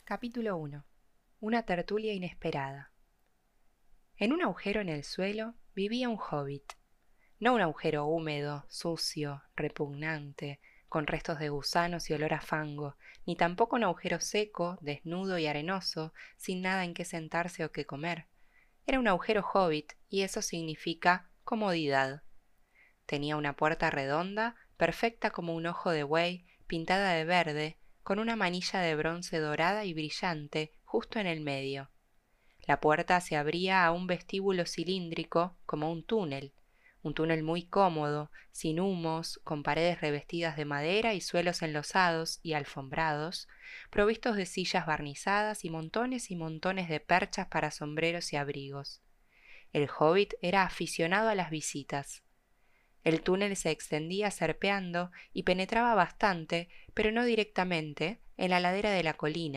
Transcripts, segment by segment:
Capítulo 1. Una tertulia inesperada. En un agujero en el suelo vivía un hobbit. No un agujero húmedo, sucio, repugnante, con restos de gusanos y olor a fango, ni tampoco un agujero seco, desnudo y arenoso, sin nada en qué sentarse o qué comer. Era un agujero hobbit, y eso significa comodidad. Tenía una puerta redonda, perfecta como un ojo de buey, pintada de verde, con una manilla de bronce dorada y brillante justo en el medio. La puerta se abría a un vestíbulo cilíndrico como un túnel muy cómodo, sin humos, con paredes revestidas de madera y suelos enlosados y alfombrados, provistos de sillas barnizadas y montones de perchas para sombreros y abrigos. El hobbit era aficionado a las visitas. El túnel se extendía serpeando y penetraba bastante, pero no directamente, en la ladera de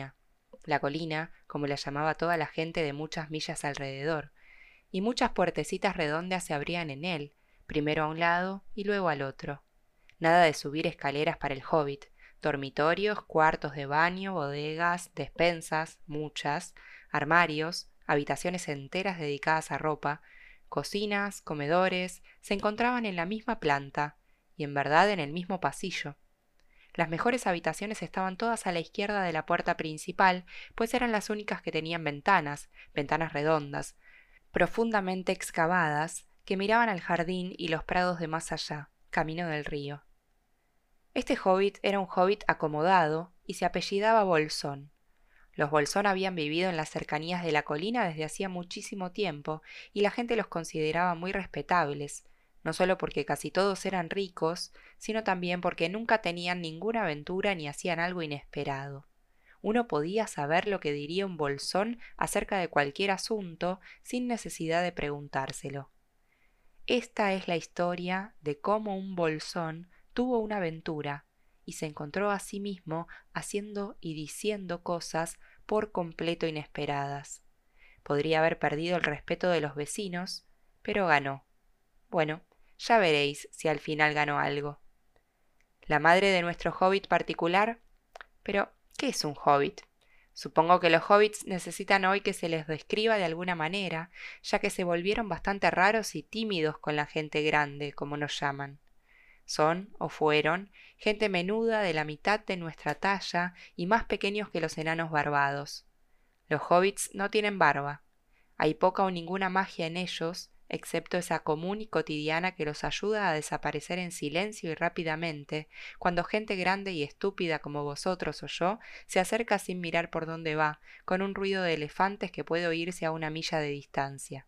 la colina, como la llamaba toda la gente de muchas millas alrededor, y muchas puertecitas redondas se abrían en él, primero a un lado y luego al otro. Nada de subir escaleras para el hobbit, dormitorios, cuartos de baño, bodegas, despensas, muchas, armarios, habitaciones enteras dedicadas a ropa, cocinas, comedores, se encontraban en la misma planta, y en verdad en el mismo pasillo. Las mejores habitaciones estaban todas a la izquierda de la puerta principal, pues eran las únicas que tenían ventanas redondas, profundamente excavadas, que miraban al jardín y los prados de más allá, camino del río. Este hobbit era un hobbit acomodado y se apellidaba Bolsón. Los Bolsón habían vivido en las cercanías de la colina desde hacía muchísimo tiempo y la gente los consideraba muy respetables, no solo porque casi todos eran ricos, sino también porque nunca tenían ninguna aventura ni hacían algo inesperado. Uno podía saber lo que diría un Bolsón acerca de cualquier asunto sin necesidad de preguntárselo. Esta es la historia de cómo un bolsón tuvo una aventura y se encontró a sí mismo haciendo y diciendo cosas por completo inesperadas. Podría haber perdido el respeto de los vecinos, pero ganó. Bueno, ya veréis si al final ganó algo. La madre de nuestro hobbit particular. Pero, ¿qué es un hobbit? Supongo que los hobbits necesitan hoy que se les describa de alguna manera, ya que se volvieron bastante raros y tímidos con la gente grande, como nos llaman. Son, o fueron, gente menuda de la mitad de nuestra talla y más pequeños que los enanos barbados. Los hobbits no tienen barba. Hay poca o ninguna magia en ellos, excepto esa común y cotidiana que los ayuda a desaparecer en silencio y rápidamente, cuando gente grande y estúpida como vosotros o yo se acerca sin mirar por dónde va, con un ruido de elefantes que puede oírse a una milla de distancia.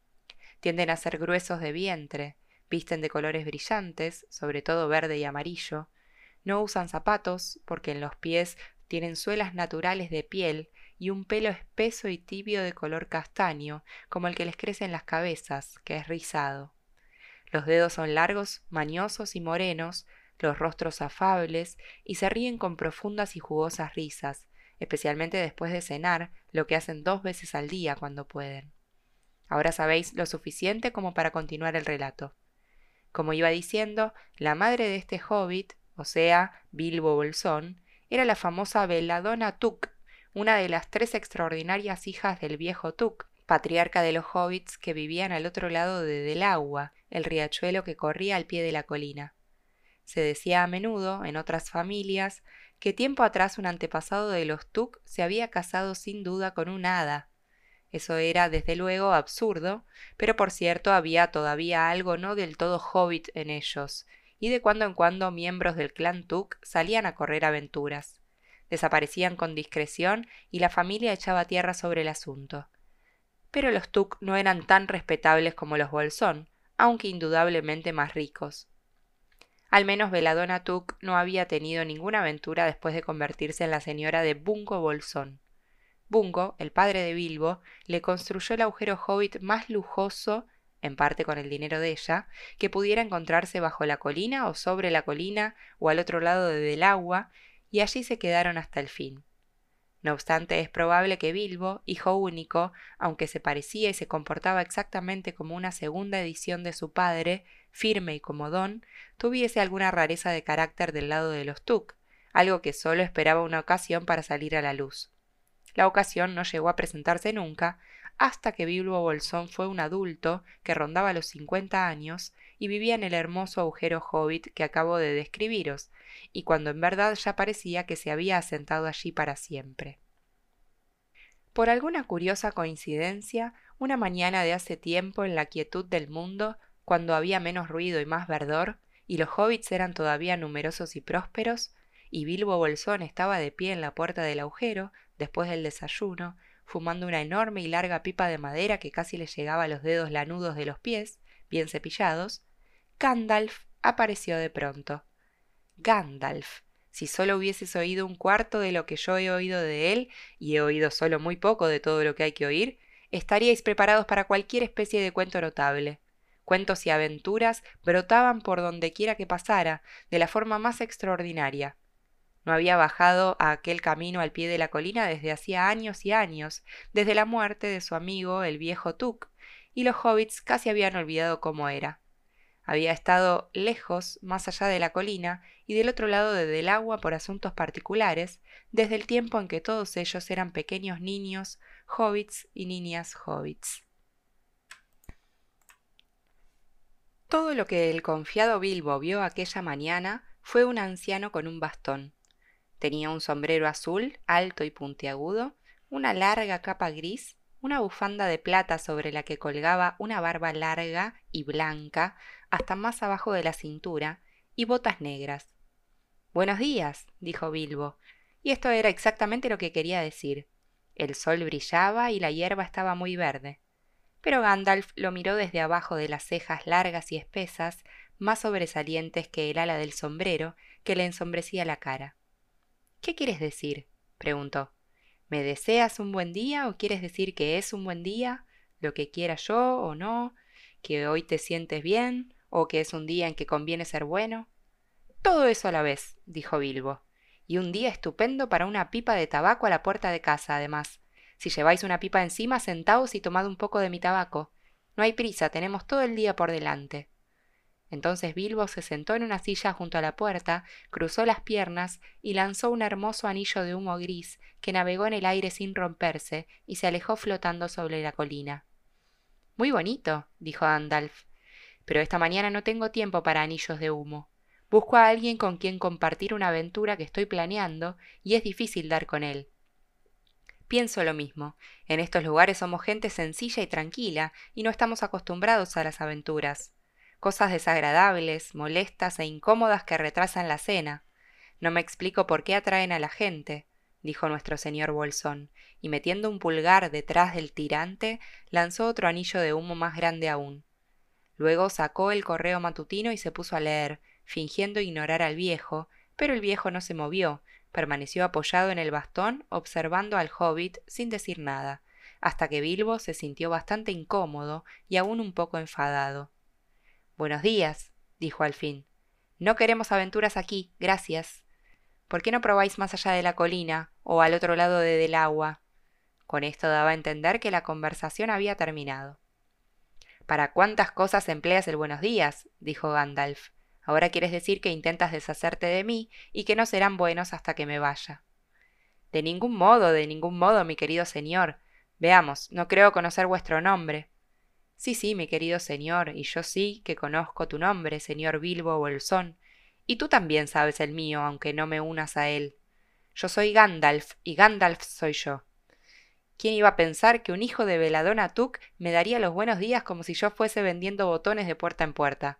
Tienden a ser gruesos de vientre, visten de colores brillantes, sobre todo verde y amarillo, no usan zapatos porque en los pies tienen suelas naturales de piel y un pelo espeso y tibio de color castaño, como el que les crece en las cabezas, que es rizado. Los dedos son largos, mañosos y morenos, los rostros afables, y se ríen con profundas y jugosas risas, especialmente después de cenar, lo que hacen 2 veces al día cuando pueden. Ahora sabéis lo suficiente como para continuar el relato. Como iba diciendo, la madre de este hobbit, o sea, Bilbo Bolsón, era la famosa Belladonna Tuk, una de las 3 extraordinarias hijas del viejo Tuk, patriarca de los hobbits que vivían al otro lado de Del Agua, el riachuelo que corría al pie de la colina. Se decía a menudo, en otras familias, que tiempo atrás un antepasado de los Tuk se había casado sin duda con un hada. Eso era, desde luego, absurdo, pero por cierto había todavía algo no del todo hobbit en ellos, y de cuando en cuando miembros del clan Tuk salían a correr aventuras. Desaparecían con discreción y la familia echaba tierra sobre el asunto. Pero los Tuk no eran tan respetables como los Bolsón, aunque indudablemente más ricos. Al menos Belladonna Tuk no había tenido ninguna aventura después de convertirse en la señora de Bungo Bolsón. Bungo, el padre de Bilbo, le construyó el agujero hobbit más lujoso, en parte con el dinero de ella, que pudiera encontrarse bajo la colina o sobre la colina o al otro lado del agua, y allí se quedaron hasta el fin. No obstante, es probable que Bilbo, hijo único, aunque se parecía y se comportaba exactamente como una segunda edición de su padre, firme y comodón, tuviese alguna rareza de carácter del lado de los Tuk, algo que sólo esperaba una ocasión para salir a la luz. la ocasión no llegó a presentarse nunca, hasta que Bilbo Bolsón fue un adulto que rondaba los 50 años y vivía en el hermoso agujero hobbit que acabo de describiros, y cuando en verdad ya parecía que se había asentado allí para siempre. Por alguna curiosa coincidencia, una mañana de hace tiempo en la quietud del mundo, cuando había menos ruido y más verdor, y los hobbits eran todavía numerosos y prósperos, y Bilbo Bolsón estaba de pie en la puerta del agujero, después del desayuno, fumando una enorme y larga pipa de madera que casi le llegaba a los dedos lanudos de los pies, bien cepillados, Gandalf apareció de pronto. Gandalf, si solo hubieses oído un cuarto de lo que yo he oído de él, y he oído solo muy poco de todo lo que hay que oír, estaríais preparados para cualquier especie de cuento notable. Cuentos y aventuras brotaban por donde quiera que pasara, de la forma más extraordinaria. No había bajado a aquel camino al pie de la colina desde hacía años y años, desde la muerte de su amigo el viejo Tuk, y los hobbits casi habían olvidado cómo era. Había estado lejos, más allá de la colina, y del otro lado del agua por asuntos particulares, desde el tiempo en que todos ellos eran pequeños niños, hobbits y niñas hobbits. Todo lo que el confiado Bilbo vio aquella mañana fue un anciano con un bastón. Tenía un sombrero azul, alto y puntiagudo, una larga capa gris, una bufanda de plata sobre la que colgaba una barba larga y blanca hasta más abajo de la cintura, y botas negras. «Buenos días», dijo Bilbo, y esto era exactamente lo que quería decir. El sol brillaba y la hierba estaba muy verde. Pero Gandalf lo miró desde abajo de las cejas largas y espesas, más sobresalientes que el ala del sombrero, que le ensombrecía la cara. «¿Qué quieres decir?», preguntó. «¿Me deseas un buen día o quieres decir que es un buen día, lo que quiera yo o no, que hoy te sientes bien o que es un día en que conviene ser bueno?» «Todo eso a la vez», dijo Bilbo, «y un día estupendo para una pipa de tabaco a la puerta de casa, además. Si lleváis una pipa encima, sentaos y tomad un poco de mi tabaco. No hay prisa, tenemos todo el día por delante». Entonces Bilbo se sentó en una silla junto a la puerta, cruzó las piernas y lanzó un hermoso anillo de humo gris que navegó en el aire sin romperse y se alejó flotando sobre la colina. «Muy bonito», dijo Gandalf, «pero esta mañana no tengo tiempo para anillos de humo. Busco a alguien con quien compartir una aventura que estoy planeando y es difícil dar con él». «Pienso lo mismo. En estos lugares somos gente sencilla y tranquila y no estamos acostumbrados a las aventuras. Cosas desagradables, molestas e incómodas que retrasan la cena. No me explico por qué atraen a la gente», dijo nuestro señor Bolsón, y metiendo un pulgar detrás del tirante, lanzó otro anillo de humo más grande aún. Luego sacó el correo matutino y se puso a leer, fingiendo ignorar al viejo, pero el viejo no se movió, permaneció apoyado en el bastón observando al hobbit sin decir nada, hasta que Bilbo se sintió bastante incómodo y aún un poco enfadado. «Buenos días», dijo al fin. «No queremos aventuras aquí, gracias. ¿Por qué no probáis más allá de la colina o al otro lado del agua?» Con esto daba a entender que la conversación había terminado. «¿Para cuántas cosas empleas el buenos días?», dijo Gandalf. «Ahora quieres decir que intentas deshacerte de mí y que no serán buenos hasta que me vaya». de ningún modo, mi querido señor. Veamos, no creo conocer vuestro nombre». Sí, mi querido señor, y yo sí que conozco tu nombre, señor Bilbo Bolsón, y tú también sabes el mío, aunque no me unas a él. Yo soy Gandalf, y Gandalf soy yo. ¿Quién iba a pensar que un hijo de Belladonna Tuk me daría los buenos días como si yo fuese vendiendo botones de puerta en puerta?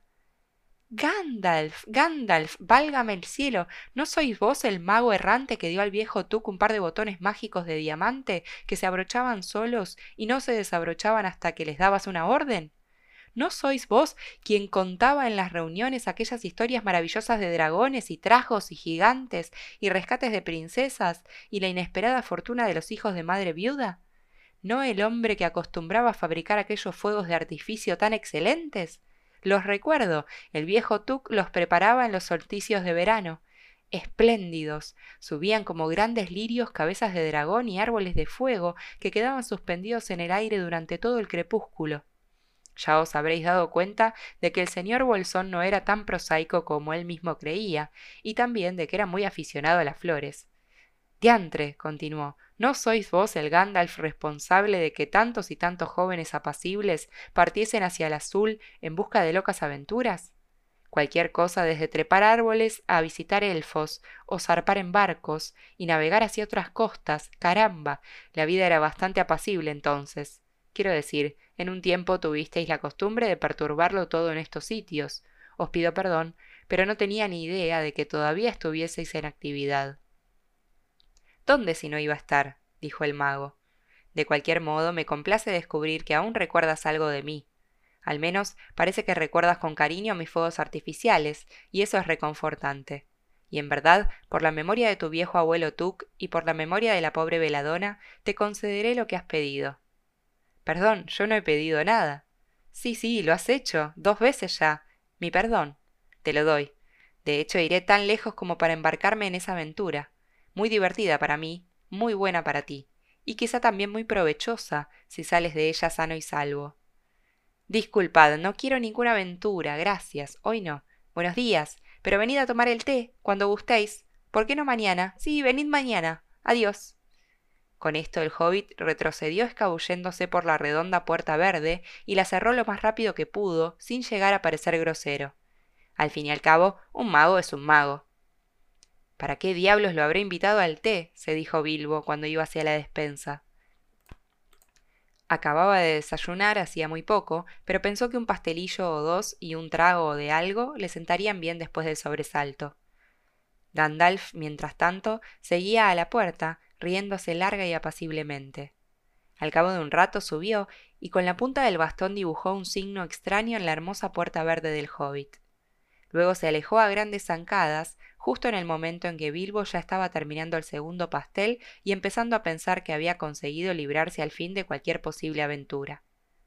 «Gandalf, Gandalf, válgame el cielo, ¿no sois vos el mago errante que dio al viejo Tuk un par de botones mágicos de diamante que se abrochaban solos y no se desabrochaban hasta que les dabas una orden? ¿No sois vos quien contaba en las reuniones aquellas historias maravillosas de dragones y trajos y gigantes y rescates de princesas y la inesperada fortuna de los hijos de madre viuda? ¿No el hombre que acostumbraba a fabricar aquellos fuegos de artificio tan excelentes? Los recuerdo, el viejo Tuk los preparaba en los solsticios de verano. Espléndidos, subían como grandes lirios, cabezas de dragón y árboles de fuego que quedaban suspendidos en el aire durante todo el crepúsculo. Ya os habréis dado cuenta de que el señor Bolsón no era tan prosaico como él mismo creía, y también de que era muy aficionado a las flores. «Diantre», continuó, ¿No sois vos el Gandalf responsable de que tantos y tantos jóvenes apacibles partiesen hacia el azul en busca de locas aventuras? Cualquier cosa desde trepar árboles a visitar elfos, o zarpar en barcos, y navegar hacia otras costas, caramba, la vida era bastante apacible entonces. Quiero decir, en un tiempo tuvisteis la costumbre de perturbarlo todo en estos sitios. Os pido perdón, pero no tenía ni idea de que todavía estuvieseis en actividad. ¿Dónde si no iba a estar? Dijo el mago. De cualquier modo, me complace descubrir que aún recuerdas algo de mí. Al menos parece que recuerdas con cariño mis fuegos artificiales, y eso es reconfortante. Y en verdad, por la memoria de tu viejo abuelo Tuk y por la memoria de la pobre Veladona, te concederé lo que has pedido. Perdón, yo no he pedido nada. Sí, sí, lo has hecho, 2 veces ya. Mi perdón. Te lo doy. De hecho, iré tan lejos como para embarcarme en esa aventura. Muy divertida para mí, muy buena para ti, y quizá también muy provechosa si sales de ella sano y salvo. Disculpad, no quiero ninguna aventura, gracias, hoy no. Buenos días, pero venid a tomar el té, cuando gustéis. ¿Por qué no mañana? Sí, venid mañana. Adiós. Con esto el hobbit retrocedió escabulléndose por la redonda puerta verde y la cerró lo más rápido que pudo, sin llegar a parecer grosero. Al fin y al cabo, un mago es un mago. ¿Para qué diablos lo habré invitado al té? Se dijo Bilbo cuando iba hacia la despensa. Acababa de desayunar hacía muy poco, pero pensó que un pastelillo o dos y un trago de algo le sentarían bien después del sobresalto. Gandalf, mientras tanto, seguía a la puerta, riéndose larga y apaciblemente. Al cabo de un rato subió y con la punta del bastón dibujó un signo extraño en la hermosa puerta verde del hobbit. Luego se alejó a grandes zancadas, justo en el momento en que Bilbo ya estaba terminando el segundo pastel y empezando a pensar que había conseguido librarse al fin de cualquier posible aventura.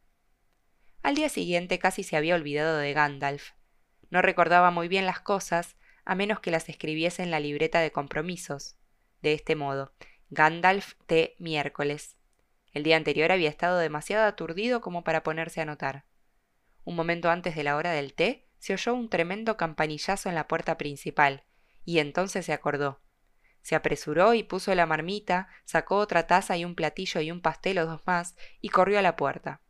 Al día siguiente casi se había olvidado de Gandalf. No recordaba muy bien las cosas, a menos que las escribiese en la libreta de compromisos. De este modo, Gandalf té miércoles. El día anterior había estado demasiado aturdido como para ponerse a notar. Un momento antes de la hora del té, se oyó un tremendo campanillazo en la puerta principal, y entonces se acordó. Se apresuró y puso la marmita, sacó otra taza y un platillo y un pastel o dos más, y corrió a la puerta.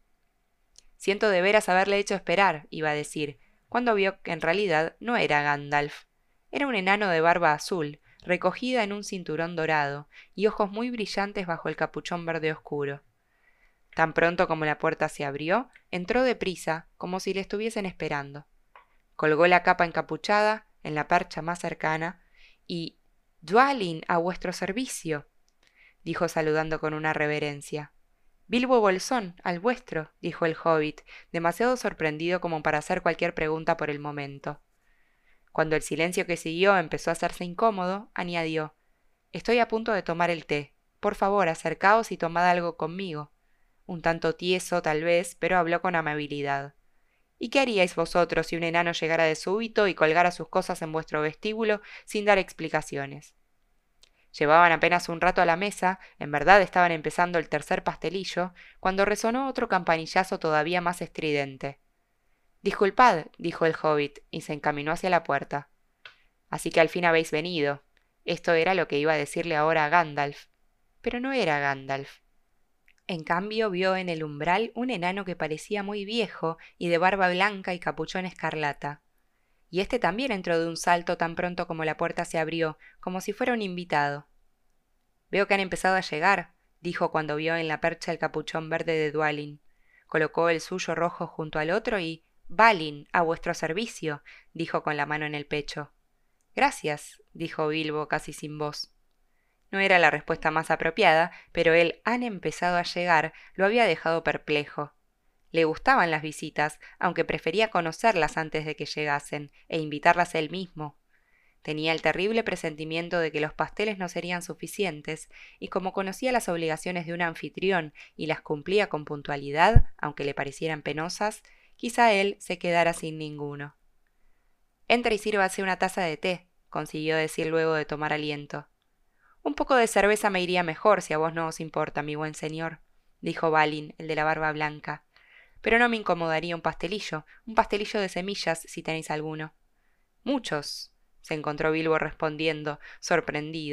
Siento de veras haberle hecho esperar, iba a decir, cuando vio que en realidad no era Gandalf. Era un enano de barba azul, recogida en un cinturón dorado, y ojos muy brillantes bajo el capuchón verde oscuro. Tan pronto como la puerta se abrió, entró deprisa, como si le estuviesen esperando. Colgó la capa encapuchada en la percha más cercana y «Dwalin, a vuestro servicio», dijo saludando con una reverencia. «Bilbo Bolsón, al vuestro», dijo el hobbit, demasiado sorprendido como para hacer cualquier pregunta por el momento. Cuando el silencio que siguió empezó a hacerse incómodo, añadió: «Estoy a punto de tomar el té. Por favor, acercaos y tomad algo conmigo». Un tanto tieso, tal vez, pero habló con amabilidad. ¿Y qué haríais vosotros si un enano llegara de súbito y colgara sus cosas en vuestro vestíbulo sin dar explicaciones? Llevaban apenas un rato a la mesa, en verdad estaban empezando el tercer pastelillo, cuando resonó otro campanillazo todavía más estridente. «Disculpad», dijo el hobbit, y se encaminó hacia la puerta. «Así que al fin habéis venido». Esto era lo que iba a decirle ahora a Gandalf. Pero no era Gandalf. En cambio vio en el umbral un enano que parecía muy viejo y de barba blanca y capuchón escarlata. Y éste también entró de un salto tan pronto como la puerta se abrió, como si fuera un invitado. «Veo que han empezado a llegar», dijo cuando vio en la percha el capuchón verde de Dwalin. Colocó el suyo rojo junto al otro y «Balin, a vuestro servicio», dijo con la mano en el pecho. «Gracias», dijo Bilbo casi sin voz. No era la respuesta más apropiada, pero el «han empezado a llegar» lo había dejado perplejo. Le gustaban las visitas, aunque prefería conocerlas antes de que llegasen, e invitarlas él mismo. Tenía el terrible presentimiento de que los pasteles no serían suficientes, y como conocía las obligaciones de un anfitrión y las cumplía con puntualidad, aunque le parecieran penosas, quizá él se quedara sin ninguno. «Entre y sírvase una taza de té», consiguió decir luego de tomar aliento. «Un poco de cerveza me iría mejor, si a vos no os importa, mi buen señor», dijo Balin, el de la barba blanca. «Pero no me incomodaría un pastelillo de semillas, si tenéis alguno». «Muchos», se encontró Bilbo respondiendo, sorprendido,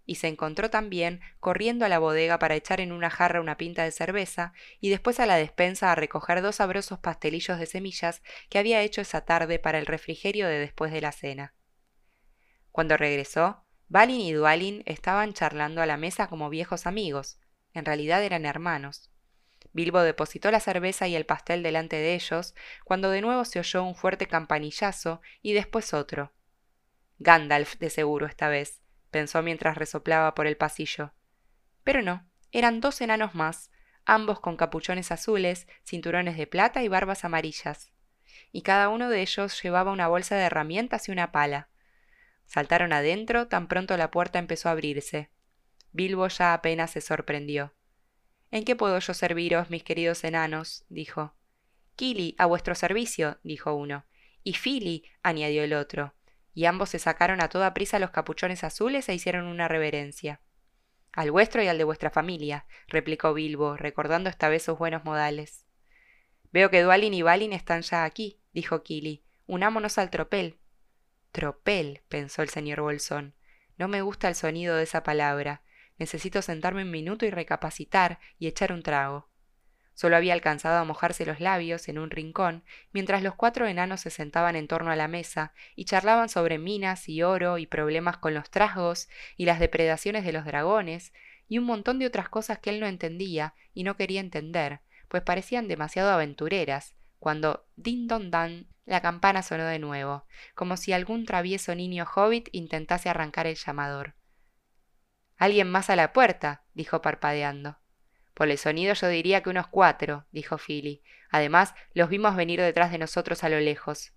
y se encontró también corriendo a la bodega para echar en una jarra una pinta de cerveza y después a la despensa a recoger 2 sabrosos pastelillos de semillas que había hecho esa tarde para el refrigerio de después de la cena. Cuando regresó, Balin y Dwalin estaban charlando a la mesa como viejos amigos. En realidad eran hermanos. Bilbo depositó la cerveza y el pastel delante de ellos, cuando de nuevo se oyó un fuerte campanillazo y después otro. Gandalf, de seguro esta vez, pensó mientras resoplaba por el pasillo. Pero no, eran 2 enanos más, ambos con capuchones azules, cinturones de plata y barbas amarillas. Y cada uno de ellos llevaba una bolsa de herramientas y una pala. Saltaron adentro tan pronto la puerta empezó a abrirse. Bilbo ya apenas se sorprendió. «¿En qué puedo yo serviros, mis queridos enanos?», dijo. «Kili, a vuestro servicio», dijo uno. «Y Fili», añadió el otro. Y ambos se sacaron a toda prisa los capuchones azules e hicieron una reverencia. «Al vuestro y al de vuestra familia», replicó Bilbo, recordando esta vez sus buenos modales. «Veo que Dwalin y Balin están ya aquí», dijo Kili. «Unámonos al tropel». «Tropel», pensó el señor Bolsón. «No me gusta el sonido de esa palabra. Necesito sentarme un minuto y recapacitar y echar un trago». Solo había alcanzado a mojarse los labios en un rincón, mientras los 4 enanos se sentaban en torno a la mesa y charlaban sobre minas y oro y problemas con los trasgos y las depredaciones de los dragones y un montón de otras cosas que él no entendía y no quería entender, pues parecían demasiado aventureras, cuando «din don dan» la campana sonó de nuevo, como si algún travieso niño hobbit intentase arrancar el llamador. «¿Alguien más a la puerta?», dijo parpadeando. «Por el sonido yo diría que unos 4», dijo Fili. «Además, los vimos venir detrás de nosotros a lo lejos».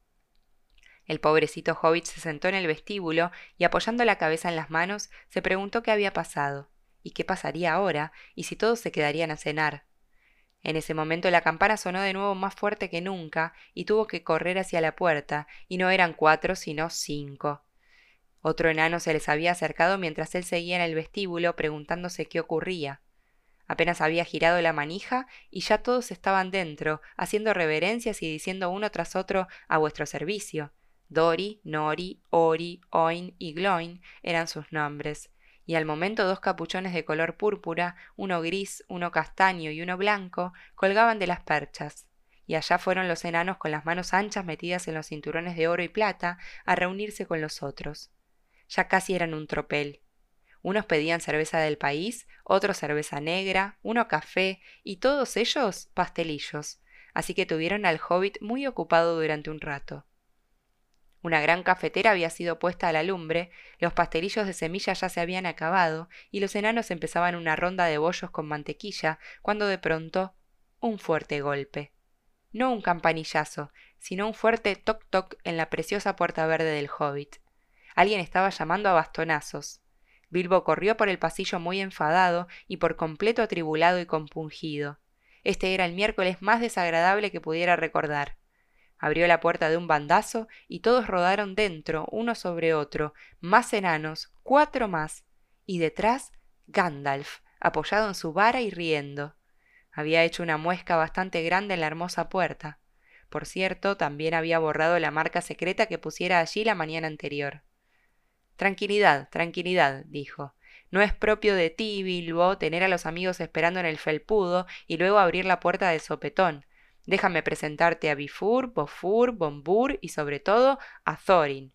El pobrecito hobbit se sentó en el vestíbulo y apoyando la cabeza en las manos se preguntó qué había pasado, y qué pasaría ahora, y si todos se quedarían a cenar. En ese momento la campana sonó de nuevo más fuerte que nunca y tuvo que correr hacia la puerta, y no eran 4 sino 5. Otro enano se les había acercado mientras él seguía en el vestíbulo preguntándose qué ocurría. Apenas había girado la manija y ya todos estaban dentro, haciendo reverencias y diciendo uno tras otro «a vuestro servicio». Dori, Nori, Ori, Oin y Gloin eran sus nombres, y al momento 2 capuchones de color púrpura, uno gris, uno castaño y uno blanco, colgaban de las perchas, y allá fueron los enanos con las manos anchas metidas en los cinturones de oro y plata a reunirse con los otros. Ya casi eran un tropel. Unos pedían cerveza del país, otros cerveza negra, uno café y todos ellos pastelillos, así que tuvieron al hobbit muy ocupado durante un rato. Una gran cafetera había sido puesta a la lumbre, los pastelillos de semilla ya se habían acabado y los enanos empezaban una ronda de bollos con mantequilla cuando de pronto un fuerte golpe. No un campanillazo, sino un fuerte toc-toc en la preciosa puerta verde del hobbit. Alguien estaba llamando a bastonazos. Bilbo corrió por el pasillo muy enfadado y por completo atribulado y compungido. Este era el miércoles más desagradable que pudiera recordar. Abrió la puerta de un bandazo y todos rodaron dentro, uno sobre otro, más enanos, 4 más, y detrás Gandalf, apoyado en su vara y riendo. Había hecho una muesca bastante grande en la hermosa puerta. Por cierto, también había borrado la marca secreta que pusiera allí la mañana anterior. «Tranquilidad, tranquilidad», dijo. «No es propio de ti, Bilbo, tener a los amigos esperando en el felpudo y luego abrir la puerta de sopetón. Déjame presentarte a Bifur, Bofur, Bombur y sobre todo a Thorin».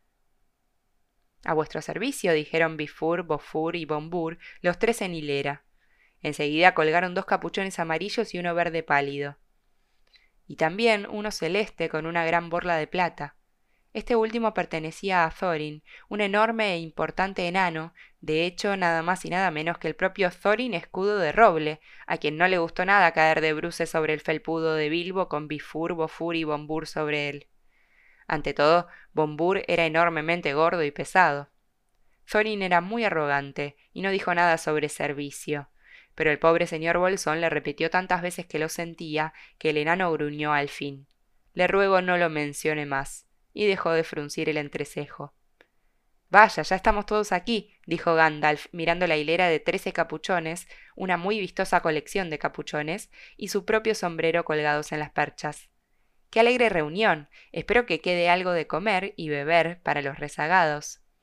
«A vuestro servicio», dijeron Bifur, Bofur y Bombur, los 3 en hilera. Enseguida colgaron 2 capuchones amarillos y uno verde pálido. Y también uno celeste con una gran borla de plata. Este último pertenecía a Thorin, un enorme e importante enano, de hecho nada más y nada menos que el propio Thorin Escudo de Roble, a quien no le gustó nada caer de bruces sobre el felpudo de Bilbo con Bifur, Bofur y Bombur sobre él. Ante todo, Bombur era enormemente gordo y pesado. Thorin era muy arrogante y no dijo nada sobre servicio, pero el pobre señor Bolsón le repitió tantas veces que lo sentía que el enano gruñó al fin. «Le ruego no lo mencione más», y dejó de fruncir el entrecejo. «Vaya, ya estamos todos aquí», dijo Gandalf, mirando la hilera de 13 capuchones, una muy vistosa colección de capuchones, y su propio sombrero colgados en las perchas. «Qué alegre reunión. Espero que quede algo de comer y beber para los rezagados».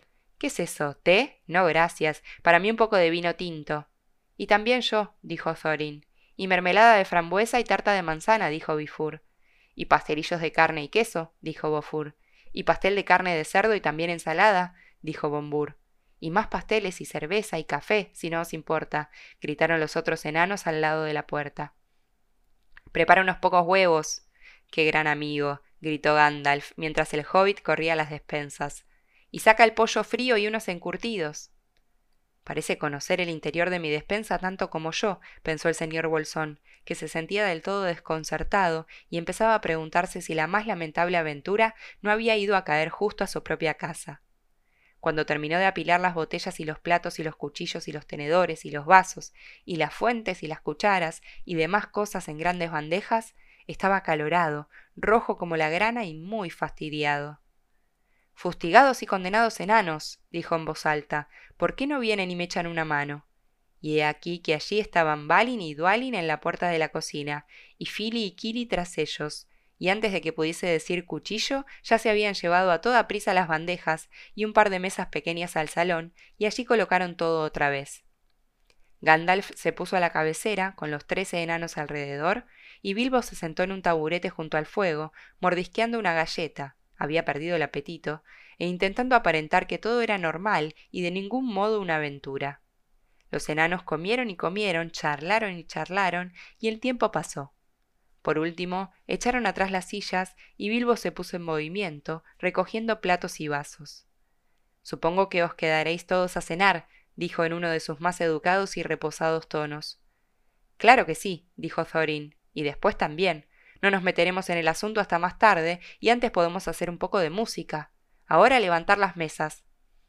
¿Qué es eso? ¿Té? No, gracias. Para mí un poco de vino tinto. Y también yo, dijo Thorin. Y mermelada de frambuesa y tarta de manzana, dijo Bifur. Y pastelillos de carne y queso, dijo Bofur. Y pastel de carne de cerdo y también ensalada, dijo Bombur. Y más pasteles y cerveza y café, si no os importa, gritaron los otros enanos al lado de la puerta. Prepara unos pocos huevos. Qué gran amigo, gritó Gandalf, mientras el hobbit corría a las despensas. Y saca el pollo frío y unos encurtidos. Parece conocer el interior de mi despensa tanto como yo, pensó el señor Bolsón, que se sentía del todo desconcertado y empezaba a preguntarse si la más lamentable aventura no había ido a caer justo a su propia casa. Cuando terminó de apilar las botellas y los platos y los cuchillos y los tenedores y los vasos y las fuentes y las cucharas y demás cosas en grandes bandejas, estaba acalorado, rojo como la grana y muy fastidiado. Fustigados y condenados enanos, dijo en voz alta, ¿por qué no vienen y me echan una mano? Y he aquí que allí estaban Balin y Dwalin en la puerta de la cocina, y Fili y Kili tras ellos, y antes de que pudiese decir cuchillo, ya se habían llevado a toda prisa las bandejas y un par de mesas pequeñas al salón, y allí colocaron todo otra vez. Gandalf se puso a la cabecera, con los 13 enanos alrededor, y Bilbo se sentó en un taburete junto al fuego, mordisqueando una galleta, había perdido el apetito, e intentando aparentar que todo era normal y de ningún modo una aventura. Los enanos comieron y comieron, charlaron y charlaron, y el tiempo pasó. Por último, echaron atrás las sillas y Bilbo se puso en movimiento, recogiendo platos y vasos. Supongo que os quedaréis todos a cenar, dijo en uno de sus más educados y reposados tonos. Claro que sí, dijo Thorin, y después también. No nos meteremos en el asunto hasta más tarde, y antes podemos hacer un poco de música. Ahora levantar las mesas.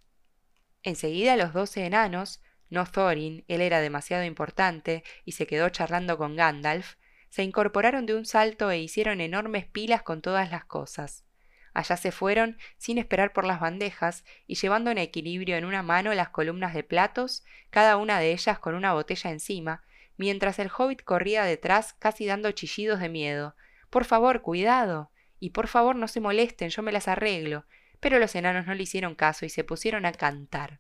Enseguida los 12 enanos, no Thorin, él era demasiado importante, y se quedó charlando con Gandalf, se incorporaron de un salto e hicieron enormes pilas con todas las cosas. Allá se fueron, sin esperar por las bandejas, y llevando en equilibrio en una mano las columnas de platos, cada una de ellas con una botella encima, mientras el hobbit corría detrás casi dando chillidos de miedo. Por favor, cuidado. Y por favor no se molesten, yo me las arreglo. Pero los enanos no le hicieron caso y se pusieron a cantar.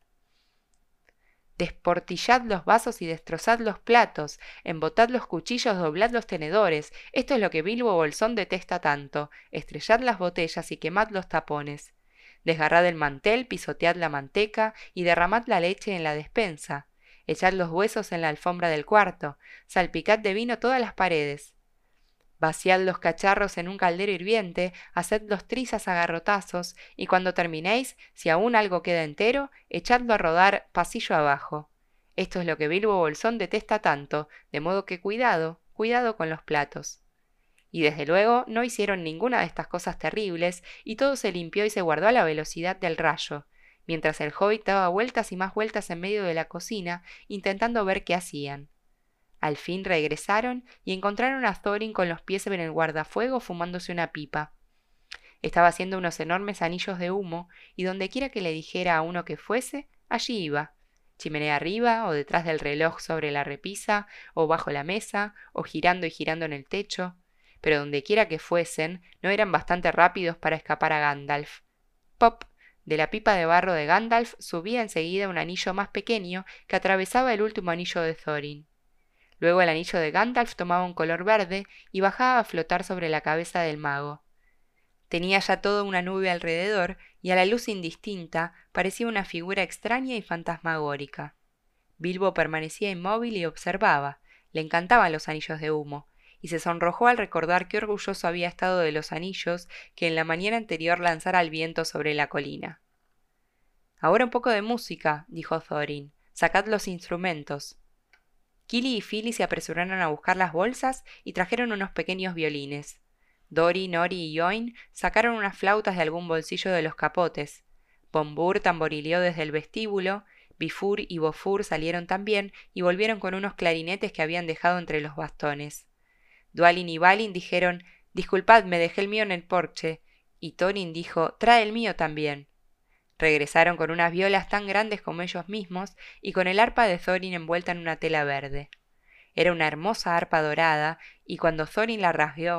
Desportillad los vasos y destrozad los platos, embotad los cuchillos, doblad los tenedores. Esto es lo que Bilbo Bolsón detesta tanto. Estrellad las botellas y quemad los tapones. Desgarrad el mantel, pisotead la manteca y derramad la leche en la despensa. Echad los huesos en la alfombra del cuarto. Salpicad de vino todas las paredes. Vaciad los cacharros en un caldero hirviente, hacedlos trizas a garrotazos, y cuando terminéis, si aún algo queda entero, echadlo a rodar pasillo abajo. Esto es lo que Bilbo Bolsón detesta tanto, de modo que cuidado, cuidado con los platos. Y desde luego no hicieron ninguna de estas cosas terribles, y todo se limpió y se guardó a la velocidad del rayo, mientras el hobbit daba vueltas y más vueltas en medio de la cocina, intentando ver qué hacían. Al fin regresaron y encontraron a Thorin con los pies en el guardafuego fumándose una pipa. Estaba haciendo unos enormes anillos de humo, y dondequiera que le dijera a uno que fuese, allí iba, chimenea arriba, o detrás del reloj sobre la repisa, o bajo la mesa, o girando y girando en el techo, pero dondequiera que fuesen, no eran bastante rápidos para escapar a Gandalf. ¡Pop! De la pipa de barro de Gandalf subía enseguida un anillo más pequeño que atravesaba el último anillo de Thorin. Luego el anillo de Gandalf tomaba un color verde y bajaba a flotar sobre la cabeza del mago. Tenía ya toda una nube alrededor y a la luz indistinta parecía una figura extraña y fantasmagórica. Bilbo permanecía inmóvil y observaba. Le encantaban los anillos de humo, y se sonrojó al recordar qué orgulloso había estado de los anillos que en la mañana anterior lanzara al viento sobre la colina. Ahora un poco de música, dijo Thorin. Sacad los instrumentos. Kili y Fili se apresuraron a buscar las bolsas y trajeron unos pequeños violines. Dori, Nori y Oin sacaron unas flautas de algún bolsillo de los capotes. Bombur tamborileó desde el vestíbulo, Bifur y Bofur salieron también y volvieron con unos clarinetes que habían dejado entre los bastones. Dwalin y Balin dijeron: «Disculpad, me dejé el mío en el porche», y Thorin dijo: «Trae el mío también». Regresaron con unas violas tan grandes como ellos mismos y con el arpa de Thorin envuelta en una tela verde. Era una hermosa arpa dorada, y cuando Thorin la rasgueó,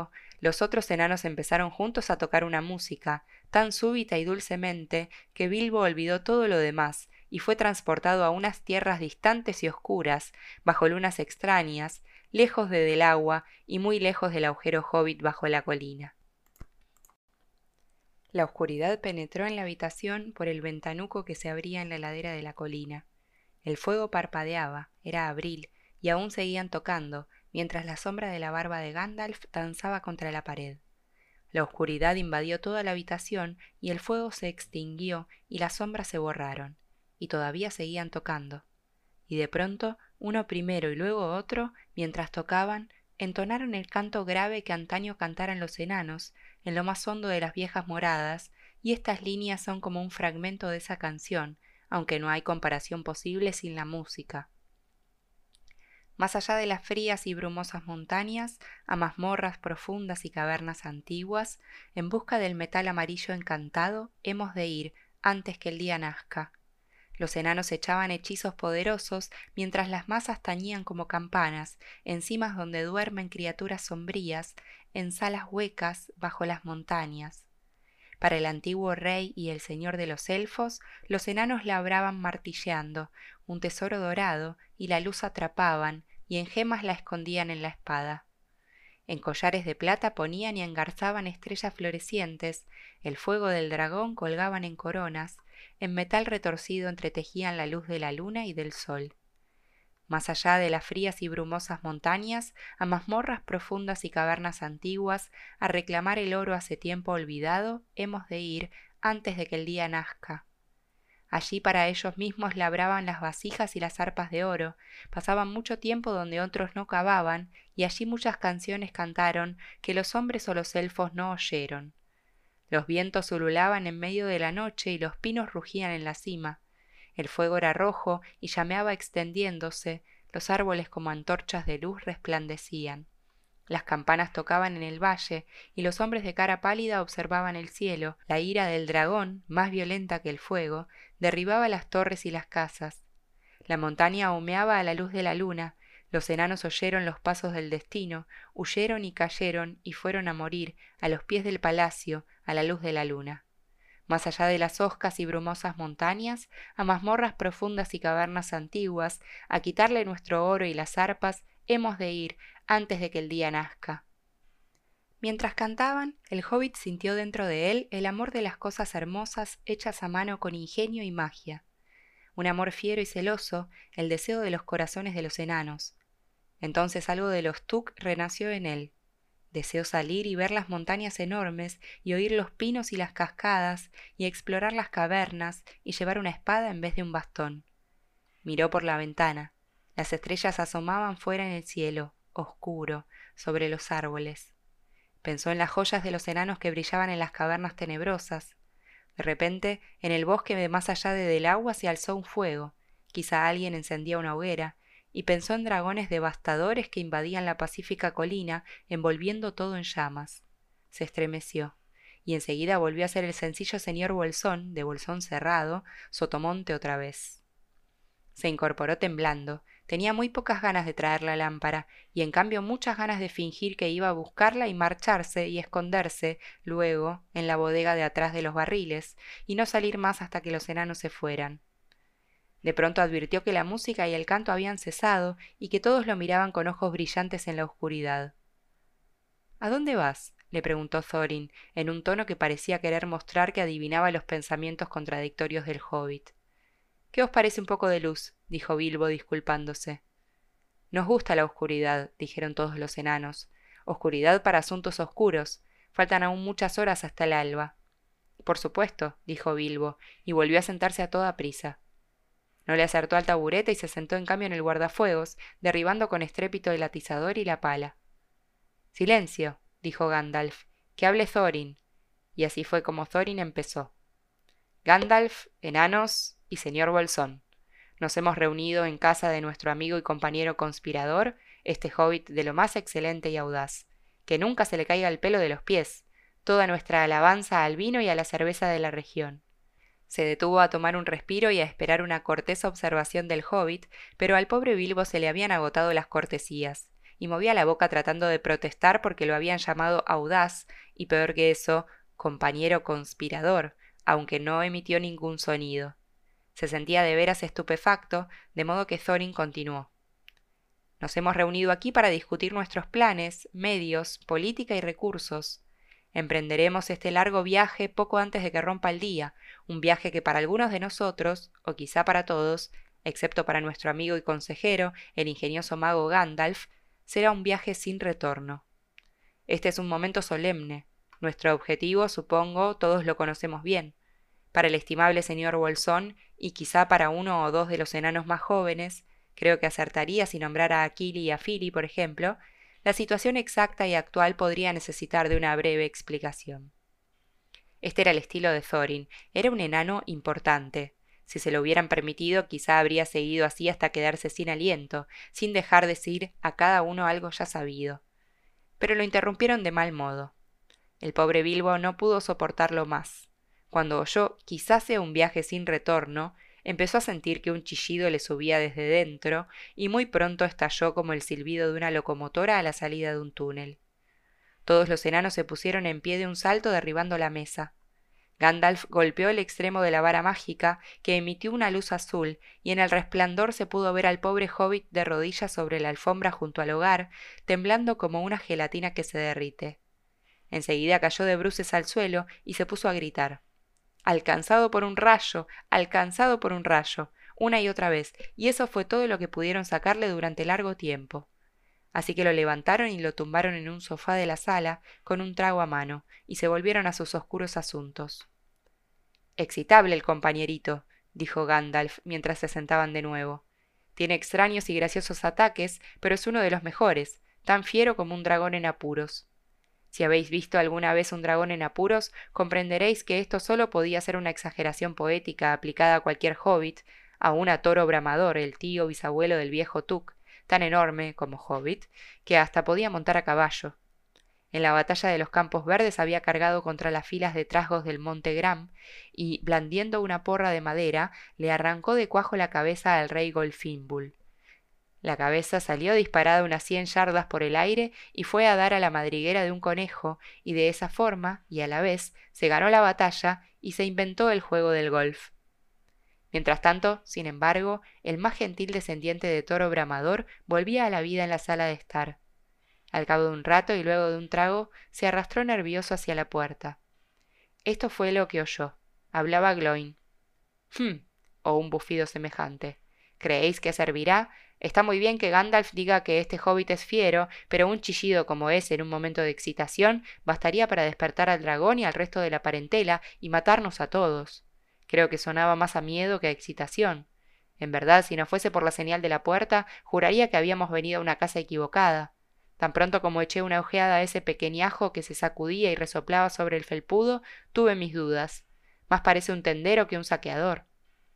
Los otros enanos empezaron juntos a tocar una música, tan súbita y dulcemente, que Bilbo olvidó todo lo demás, y fue transportado a unas tierras distantes y oscuras, bajo lunas extrañas, lejos del agua y muy lejos del agujero hobbit bajo la colina. La oscuridad penetró en la habitación por el ventanuco que se abría en la ladera de la colina. El fuego parpadeaba, era abril, y aún seguían tocando, mientras la sombra de la barba de Gandalf danzaba contra la pared. La oscuridad invadió toda la habitación y el fuego se extinguió y las sombras se borraron, y todavía seguían tocando. Y de pronto, uno primero y luego otro, mientras tocaban, entonaron el canto grave que antaño cantaran los enanos, en lo más hondo de las viejas moradas, y estas líneas son como un fragmento de esa canción, aunque no hay comparación posible sin la música. Más allá de las frías y brumosas montañas, a mazmorras profundas y cavernas antiguas, en busca del metal amarillo encantado, hemos de ir antes que el día nazca. Los enanos echaban hechizos poderosos mientras las masas tañían como campanas, en cimas donde duermen criaturas sombrías, en salas huecas bajo las montañas. Para el antiguo rey y el señor de los elfos, los enanos labraban martilleando, un tesoro dorado, y la luz atrapaban, y en gemas la escondían en la espada. En collares de plata ponían y engarzaban estrellas florecientes, el fuego del dragón colgaban en coronas, en metal retorcido entretejían la luz de la luna y del sol. Más allá de las frías y brumosas montañas, a mazmorras profundas y cavernas antiguas, a reclamar el oro hace tiempo olvidado, hemos de ir antes de que el día nazca. Allí para ellos mismos labraban las vasijas y las arpas de oro, pasaban mucho tiempo donde otros no cavaban, y allí muchas canciones cantaron que los hombres o los elfos no oyeron. Los vientos ululaban en medio de la noche y los pinos rugían en la cima. El fuego era rojo y llameaba extendiéndose, los árboles como antorchas de luz resplandecían. Las campanas tocaban en el valle, y los hombres de cara pálida observaban el cielo. La ira del dragón, más violenta que el fuego, derribaba las torres y las casas. La montaña humeaba a la luz de la luna. Los enanos oyeron los pasos del destino, huyeron y cayeron y fueron a morir a los pies del palacio, a la luz de la luna. Más allá de las hoscas y brumosas montañas, a mazmorras profundas y cavernas antiguas, a quitarle nuestro oro y las arpas, hemos de ir antes de que el día nazca. Mientras cantaban, el hobbit sintió dentro de él el amor de las cosas hermosas hechas a mano con ingenio y magia. Un amor fiero y celoso, el deseo de los corazones de los enanos. Entonces algo de los Tuk renació en él. Deseó salir y ver las montañas enormes, y oír los pinos y las cascadas, y explorar las cavernas, y llevar una espada en vez de un bastón. Miró por la ventana. Las estrellas asomaban fuera en el cielo, oscuro, sobre los árboles. Pensó en las joyas de los enanos que brillaban en las cavernas tenebrosas. De repente, en el bosque de más allá del agua se alzó un fuego. Quizá alguien encendía una hoguera, y pensó en dragones devastadores que invadían la pacífica colina, envolviendo todo en llamas. Se estremeció, y enseguida volvió a ser el sencillo señor Bolsón, de Bolsón cerrado, Sotomonte otra vez. Se incorporó temblando. Tenía muy pocas ganas de traer la lámpara, y en cambio muchas ganas de fingir que iba a buscarla y marcharse y esconderse, luego, en la bodega de atrás de los barriles, y no salir más hasta que los enanos se fueran. De pronto advirtió que la música y el canto habían cesado y que todos lo miraban con ojos brillantes en la oscuridad. —¿A dónde vas? —le preguntó Thorin, en un tono que parecía querer mostrar que adivinaba los pensamientos contradictorios del hobbit. —¿Qué os parece un poco de luz? —dijo Bilbo disculpándose. —Nos gusta la oscuridad —dijeron todos los enanos—. Oscuridad para asuntos oscuros. Faltan aún muchas horas hasta el alba. —Por supuesto —dijo Bilbo, y volvió a sentarse a toda prisa. No le acertó al taburete y se sentó en cambio en el guardafuegos, derribando con estrépito el atizador y la pala. —Silencio —dijo Gandalf—, que hable Thorin. Y así fue como Thorin empezó. Gandalf, enanos y señor Bolsón, nos hemos reunido en casa de nuestro amigo y compañero conspirador, este hobbit de lo más excelente y audaz. Que nunca se le caiga el pelo de los pies. Toda nuestra alabanza al vino y a la cerveza de la región. Se detuvo a tomar un respiro y a esperar una cortés observación del hobbit, pero al pobre Bilbo se le habían agotado las cortesías, y movía la boca tratando de protestar porque lo habían llamado audaz y, peor que eso, compañero conspirador, aunque no emitió ningún sonido. Se sentía de veras estupefacto, de modo que Thorin continuó. Nos hemos reunido aquí para discutir nuestros planes, medios, política y recursos. Emprenderemos este largo viaje poco antes de que rompa el día, un viaje que para algunos de nosotros, o quizá para todos, excepto para nuestro amigo y consejero, el ingenioso mago Gandalf, será un viaje sin retorno. Este es un momento solemne. Nuestro objetivo, supongo, todos lo conocemos bien. Para el estimable señor Bolsón, y quizá para uno o dos de los enanos más jóvenes, creo que acertaría si nombrara a Kili y a Fili, por ejemplo, la situación exacta y actual podría necesitar de una breve explicación. Este era el estilo de Thorin. Era un enano importante. Si se lo hubieran permitido, quizá habría seguido así hasta quedarse sin aliento, sin dejar decir a cada uno algo ya sabido. Pero lo interrumpieron de mal modo. El pobre Bilbo no pudo soportarlo más. Cuando oyó quizá sea un viaje sin retorno, empezó a sentir que un chillido le subía desde dentro y muy pronto estalló como el silbido de una locomotora a la salida de un túnel. Todos los enanos se pusieron en pie de un salto derribando la mesa. Gandalf golpeó el extremo de la vara mágica, que emitió una luz azul, y en el resplandor se pudo ver al pobre hobbit de rodillas sobre la alfombra junto al hogar, temblando como una gelatina que se derrite. Enseguida cayó de bruces al suelo y se puso a gritar. «¡Alcanzado por un rayo! ¡Alcanzado por un rayo!», una y otra vez, y eso fue todo lo que pudieron sacarle durante largo tiempo. Así que lo levantaron y lo tumbaron en un sofá de la sala, con un trago a mano, y se volvieron a sus oscuros asuntos. «Excitable el compañerito», dijo Gandalf mientras se sentaban de nuevo. «Tiene extraños y graciosos ataques, pero es uno de los mejores, tan fiero como un dragón en apuros. Si habéis visto alguna vez un dragón en apuros, comprenderéis que esto solo podía ser una exageración poética aplicada a cualquier hobbit, aun a Toro Bramador, el tío bisabuelo del viejo Tuk, tan enorme como hobbit, que hasta podía montar a caballo. En la batalla de los Campos Verdes había cargado contra las filas de trasgos del Monte Gram y, blandiendo una porra de madera, le arrancó de cuajo la cabeza al rey Golfinbul. La cabeza salió disparada unas 100 yardas por el aire y fue a dar a la madriguera de un conejo, y de esa forma, y a la vez, se ganó la batalla y se inventó el juego del golf. Mientras tanto, sin embargo, el más gentil descendiente de Toro Bramador volvía a la vida en la sala de estar. Al cabo de un rato y luego de un trago, se arrastró nervioso hacia la puerta. Esto fue lo que oyó. Hablaba Gloin. O un bufido semejante. ¿Creéis que servirá? Está muy bien que Gandalf diga que este hobbit es fiero, pero un chillido como ese en un momento de excitación bastaría para despertar al dragón y al resto de la parentela y matarnos a todos. Creo que sonaba más a miedo que a excitación. En verdad, si no fuese por la señal de la puerta, juraría que habíamos venido a una casa equivocada. Tan pronto como eché una ojeada a ese pequeñajo que se sacudía y resoplaba sobre el felpudo, tuve mis dudas. Más parece un tendero que un saqueador.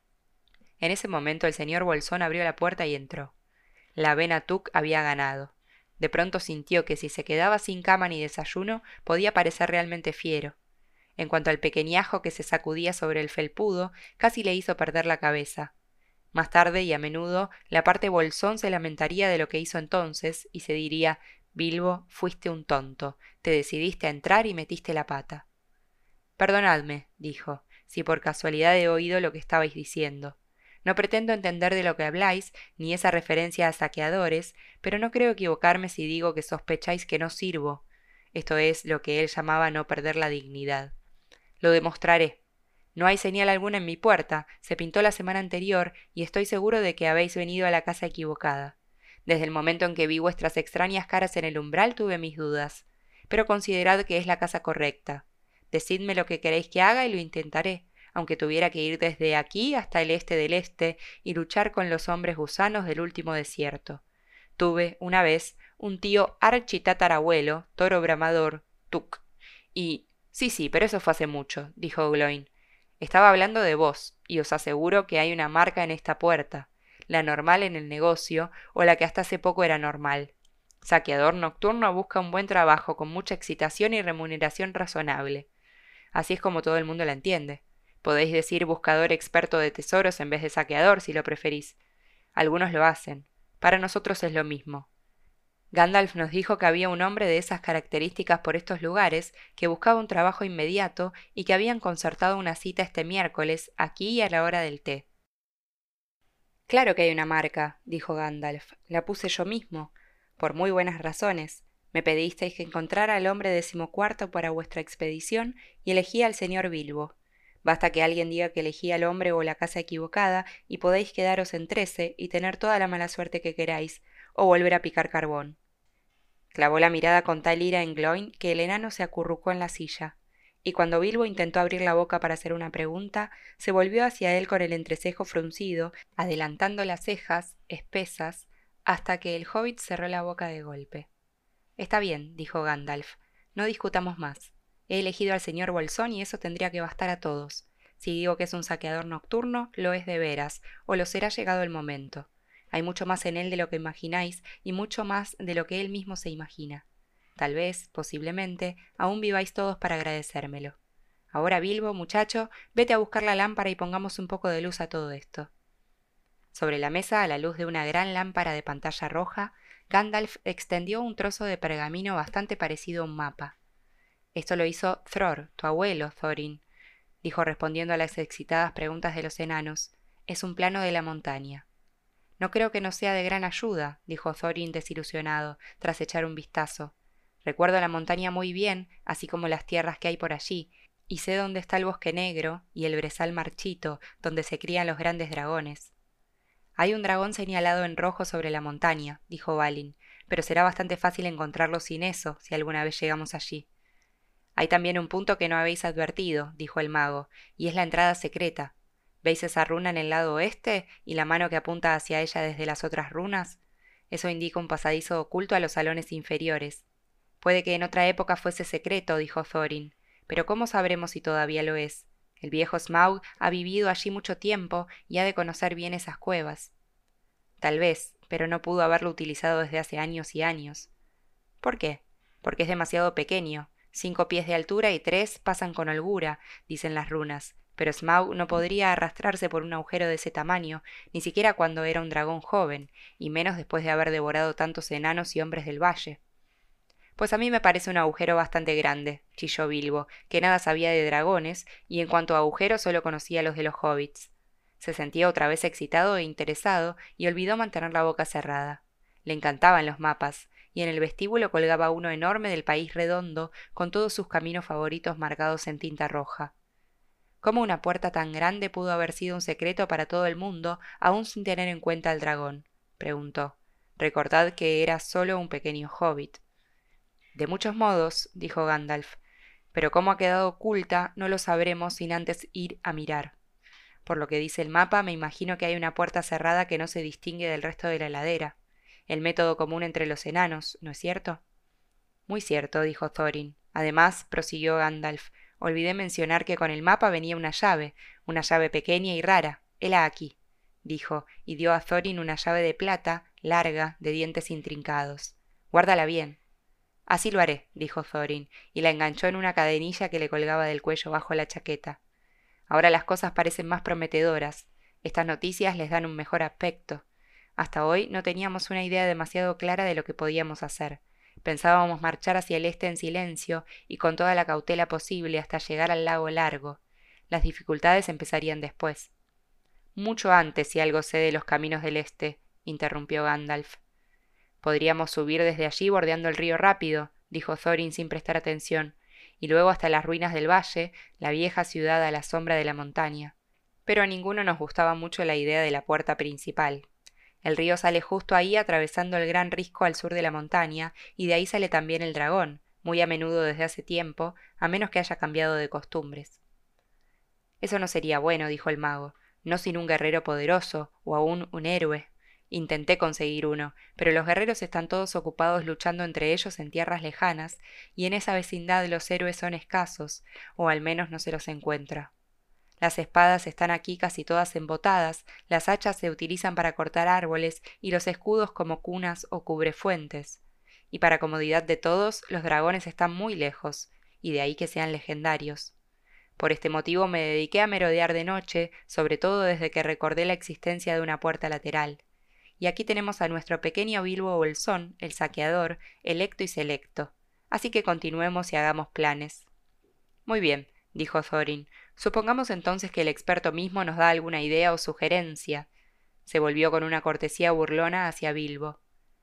En ese momento el señor Bolsón abrió la puerta y entró. La avena Tuk había ganado. De pronto sintió que si se quedaba sin cama ni desayuno, podía parecer realmente fiero. En cuanto al pequeñajo que se sacudía sobre el felpudo, casi le hizo perder la cabeza. Más tarde y a menudo, la parte Bolsón se lamentaría de lo que hizo entonces y se diría: «Bilbo, fuiste un tonto, te decidiste a entrar y metiste la pata». «Perdonadme», dijo, «si por casualidad he oído lo que estabais diciendo. No pretendo entender de lo que habláis, ni esa referencia a saqueadores, pero no creo equivocarme si digo que sospecháis que no sirvo. Esto es lo que él llamaba no perder la dignidad. Lo demostraré. No hay señal alguna en mi puerta, se pintó la semana anterior y estoy seguro de que habéis venido a la casa equivocada. Desde el momento en que vi vuestras extrañas caras en el umbral tuve mis dudas, pero considerad que es la casa correcta. Decidme lo que queréis que haga y lo intentaré, aunque tuviera que ir desde aquí hasta el este del este y luchar con los hombres gusanos del último desierto. Tuve, una vez, un tío architatarabuelo, Toro Bramador, Tuk, y... Sí, pero eso fue hace mucho, dijo Gloin. Estaba hablando de vos, y os aseguro que hay una marca en esta puerta, la normal en el negocio, o la que hasta hace poco era normal. Saqueador nocturno busca un buen trabajo con mucha excitación y remuneración razonable. Así es como todo el mundo la entiende. Podéis decir buscador experto de tesoros en vez de saqueador, si lo preferís. Algunos lo hacen. Para nosotros es lo mismo. Gandalf nos dijo que había un hombre de esas características por estos lugares, que buscaba un trabajo inmediato y que habían concertado una cita este miércoles, aquí y a la hora del té. Claro que hay una marca, dijo Gandalf. La puse yo mismo, por muy buenas razones. Me pedisteis que encontrara al hombre 14º para vuestra expedición y elegí al señor Bilbo. Basta que alguien diga que elegí al hombre o la casa equivocada y podéis quedaros en 13 y tener toda la mala suerte que queráis, o volver a picar carbón. Clavó la mirada con tal ira en Gloin que el enano se acurrucó en la silla, y cuando Bilbo intentó abrir la boca para hacer una pregunta, se volvió hacia él con el entrecejo fruncido, adelantando las cejas, espesas, hasta que el hobbit cerró la boca de golpe. Está bien, dijo Gandalf, no discutamos más. He elegido al señor Bolsón y eso tendría que bastar a todos. Si digo que es un saqueador nocturno, lo es de veras, o lo será llegado el momento. Hay mucho más en él de lo que imagináis y mucho más de lo que él mismo se imagina. Tal vez, posiblemente, aún viváis todos para agradecérmelo. Ahora, Bilbo, muchacho, vete a buscar la lámpara y pongamos un poco de luz a todo esto. Sobre la mesa, a la luz de una gran lámpara de pantalla roja, Gandalf extendió un trozo de pergamino bastante parecido a un mapa. Esto lo hizo Thror, tu abuelo, Thorin, dijo respondiendo a las excitadas preguntas de los enanos. Es un plano de la montaña. No creo que nos sea de gran ayuda, dijo Thorin desilusionado, tras echar un vistazo. Recuerdo la montaña muy bien, así como las tierras que hay por allí, y sé dónde está el bosque negro y el brezal marchito, donde se crían los grandes dragones. Hay un dragón señalado en rojo sobre la montaña, dijo Balin, pero será bastante fácil encontrarlo sin eso, si alguna vez llegamos allí. Hay también un punto que no habéis advertido, dijo el mago, y es la entrada secreta. ¿Veis esa runa en el lado oeste y la mano que apunta hacia ella desde las otras runas? Eso indica un pasadizo oculto a los salones inferiores. Puede que en otra época fuese secreto, dijo Thorin, pero ¿cómo sabremos si todavía lo es? El viejo Smaug ha vivido allí mucho tiempo y ha de conocer bien esas cuevas. Tal vez, pero no pudo haberlo utilizado desde hace años y años. ¿Por qué? Porque es demasiado pequeño. 5 pies de altura y 3 pasan con holgura, dicen las runas, pero Smaug no podría arrastrarse por un agujero de ese tamaño, ni siquiera cuando era un dragón joven, y menos después de haber devorado tantos enanos y hombres del valle. Pues a mí me parece un agujero bastante grande, chilló Bilbo, que nada sabía de dragones, y en cuanto a agujeros solo conocía los de los hobbits. Se sentía otra vez excitado e interesado, y olvidó mantener la boca cerrada. Le encantaban los mapas, y en el vestíbulo colgaba uno enorme del país redondo, con todos sus caminos favoritos marcados en tinta roja. ¿Cómo una puerta tan grande pudo haber sido un secreto para todo el mundo, aun sin tener en cuenta al dragón? Preguntó. Recordad que era solo un pequeño hobbit. De muchos modos, dijo Gandalf, pero cómo ha quedado oculta no lo sabremos sin antes ir a mirar. Por lo que dice el mapa, me imagino que hay una puerta cerrada que no se distingue del resto de la ladera. El método común entre los enanos, ¿no es cierto? Muy cierto, dijo Thorin. Además, prosiguió Gandalf, olvidé mencionar que con el mapa venía una llave pequeña y rara. Hela aquí, dijo, y dio a Thorin una llave de plata, larga, de dientes intrincados. Guárdala bien. Así lo haré, dijo Thorin, y la enganchó en una cadenilla que le colgaba del cuello bajo la chaqueta. Ahora las cosas parecen más prometedoras. Estas noticias les dan un mejor aspecto. Hasta hoy no teníamos una idea demasiado clara de lo que podíamos hacer. Pensábamos marchar hacia el este en silencio y con toda la cautela posible hasta llegar al lago Largo. Las dificultades empezarían después. Mucho antes, si algo sé de los caminos del este, interrumpió Gandalf. Podríamos subir desde allí bordeando el río rápido, dijo Thorin sin prestar atención, y luego hasta las ruinas del valle, la vieja ciudad a la sombra de la montaña. Pero a ninguno nos gustaba mucho la idea de la puerta principal. El río sale justo ahí atravesando el gran risco al sur de la montaña, y de ahí sale también el dragón, muy a menudo desde hace tiempo, a menos que haya cambiado de costumbres. Eso no sería bueno, dijo el mago, no sin un guerrero poderoso, o aún un héroe. Intenté conseguir uno, pero los guerreros están todos ocupados luchando entre ellos en tierras lejanas, y en esa vecindad los héroes son escasos, o al menos no se los encuentra. Las espadas están aquí casi todas embotadas, las hachas se utilizan para cortar árboles y los escudos como cunas o cubrefuentes. Y para comodidad de todos, los dragones están muy lejos, y de ahí que sean legendarios. Por este motivo me dediqué a merodear de noche, sobre todo desde que recordé la existencia de una puerta lateral. y aquí tenemos a nuestro pequeño Bilbo Bolsón, el saqueador, electo y selecto. Así que continuemos y hagamos planes. Muy bien, dijo Thorin. Supongamos entonces que el experto mismo nos da alguna idea o sugerencia. Se volvió con una cortesía burlona hacia Bilbo.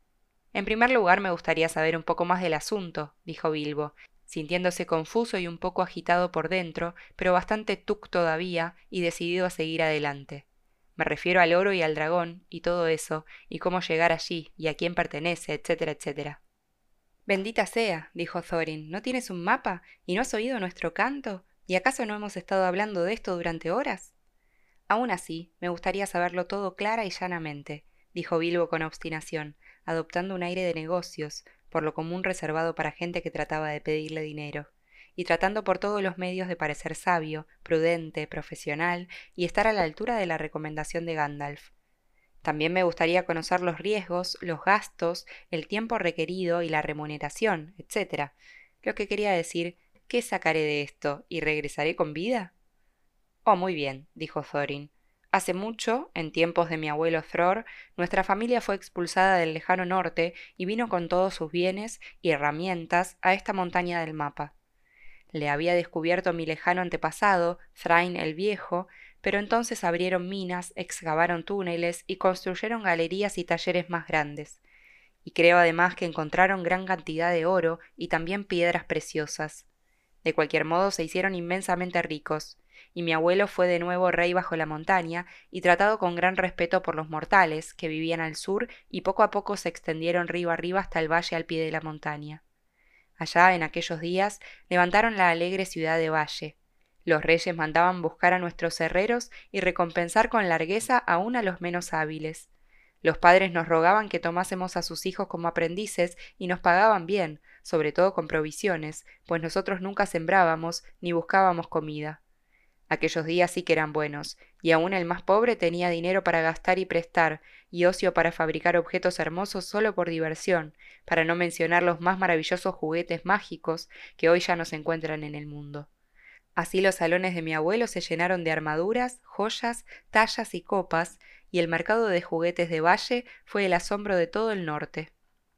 En primer lugar me gustaría saber un poco más del asunto, dijo Bilbo, sintiéndose confuso y un poco agitado por dentro, pero bastante tuc todavía y decidido a seguir adelante. Me refiero al oro y al dragón, y todo eso, y cómo llegar allí, y a quién pertenece, etcétera, etcétera. Bendita sea, dijo Thorin, ¿no tienes un mapa? ¿Y no has oído nuestro canto? ¿Y acaso no hemos estado hablando de esto durante horas? Aún así, me gustaría saberlo todo clara y llanamente, dijo Bilbo con obstinación, adoptando un aire de negocios, por lo común reservado para gente que trataba de pedirle dinero, y tratando por todos los medios de parecer sabio, prudente, profesional y estar a la altura de la recomendación de Gandalf. También me gustaría conocer los riesgos, los gastos, el tiempo requerido y la remuneración, etc. Lo que quería decir, ¿qué sacaré de esto y regresaré con vida? Oh, muy bien, dijo Thorin. Hace mucho, en tiempos de mi abuelo Thror, nuestra familia fue expulsada del lejano norte y vino con todos sus bienes y herramientas a esta montaña del mapa. Le había descubierto mi lejano antepasado, Thrain el Viejo, pero entonces abrieron minas, excavaron túneles y construyeron galerías y talleres más grandes. Y creo además que encontraron gran cantidad de oro y también piedras preciosas. De cualquier modo se hicieron inmensamente ricos, y mi abuelo fue de nuevo rey bajo la montaña y tratado con gran respeto por los mortales que vivían al sur y poco a poco se extendieron río arriba hasta el valle al pie de la montaña. Allá, en aquellos días, levantaron la alegre ciudad de Valle. Los reyes mandaban buscar a nuestros herreros y recompensar con largueza aún a los menos hábiles. Los padres nos rogaban que tomásemos a sus hijos como aprendices y nos pagaban bien, sobre todo con provisiones, pues nosotros nunca sembrábamos ni buscábamos comida. Aquellos días sí que eran buenos, y aun el más pobre tenía dinero para gastar y prestar, y ocio para fabricar objetos hermosos solo por diversión, para no mencionar los más maravillosos juguetes mágicos que hoy ya no se encuentran en el mundo. Así los salones de mi abuelo se llenaron de armaduras, joyas, tallas y copas, y el mercado de juguetes de Valle fue el asombro de todo el norte.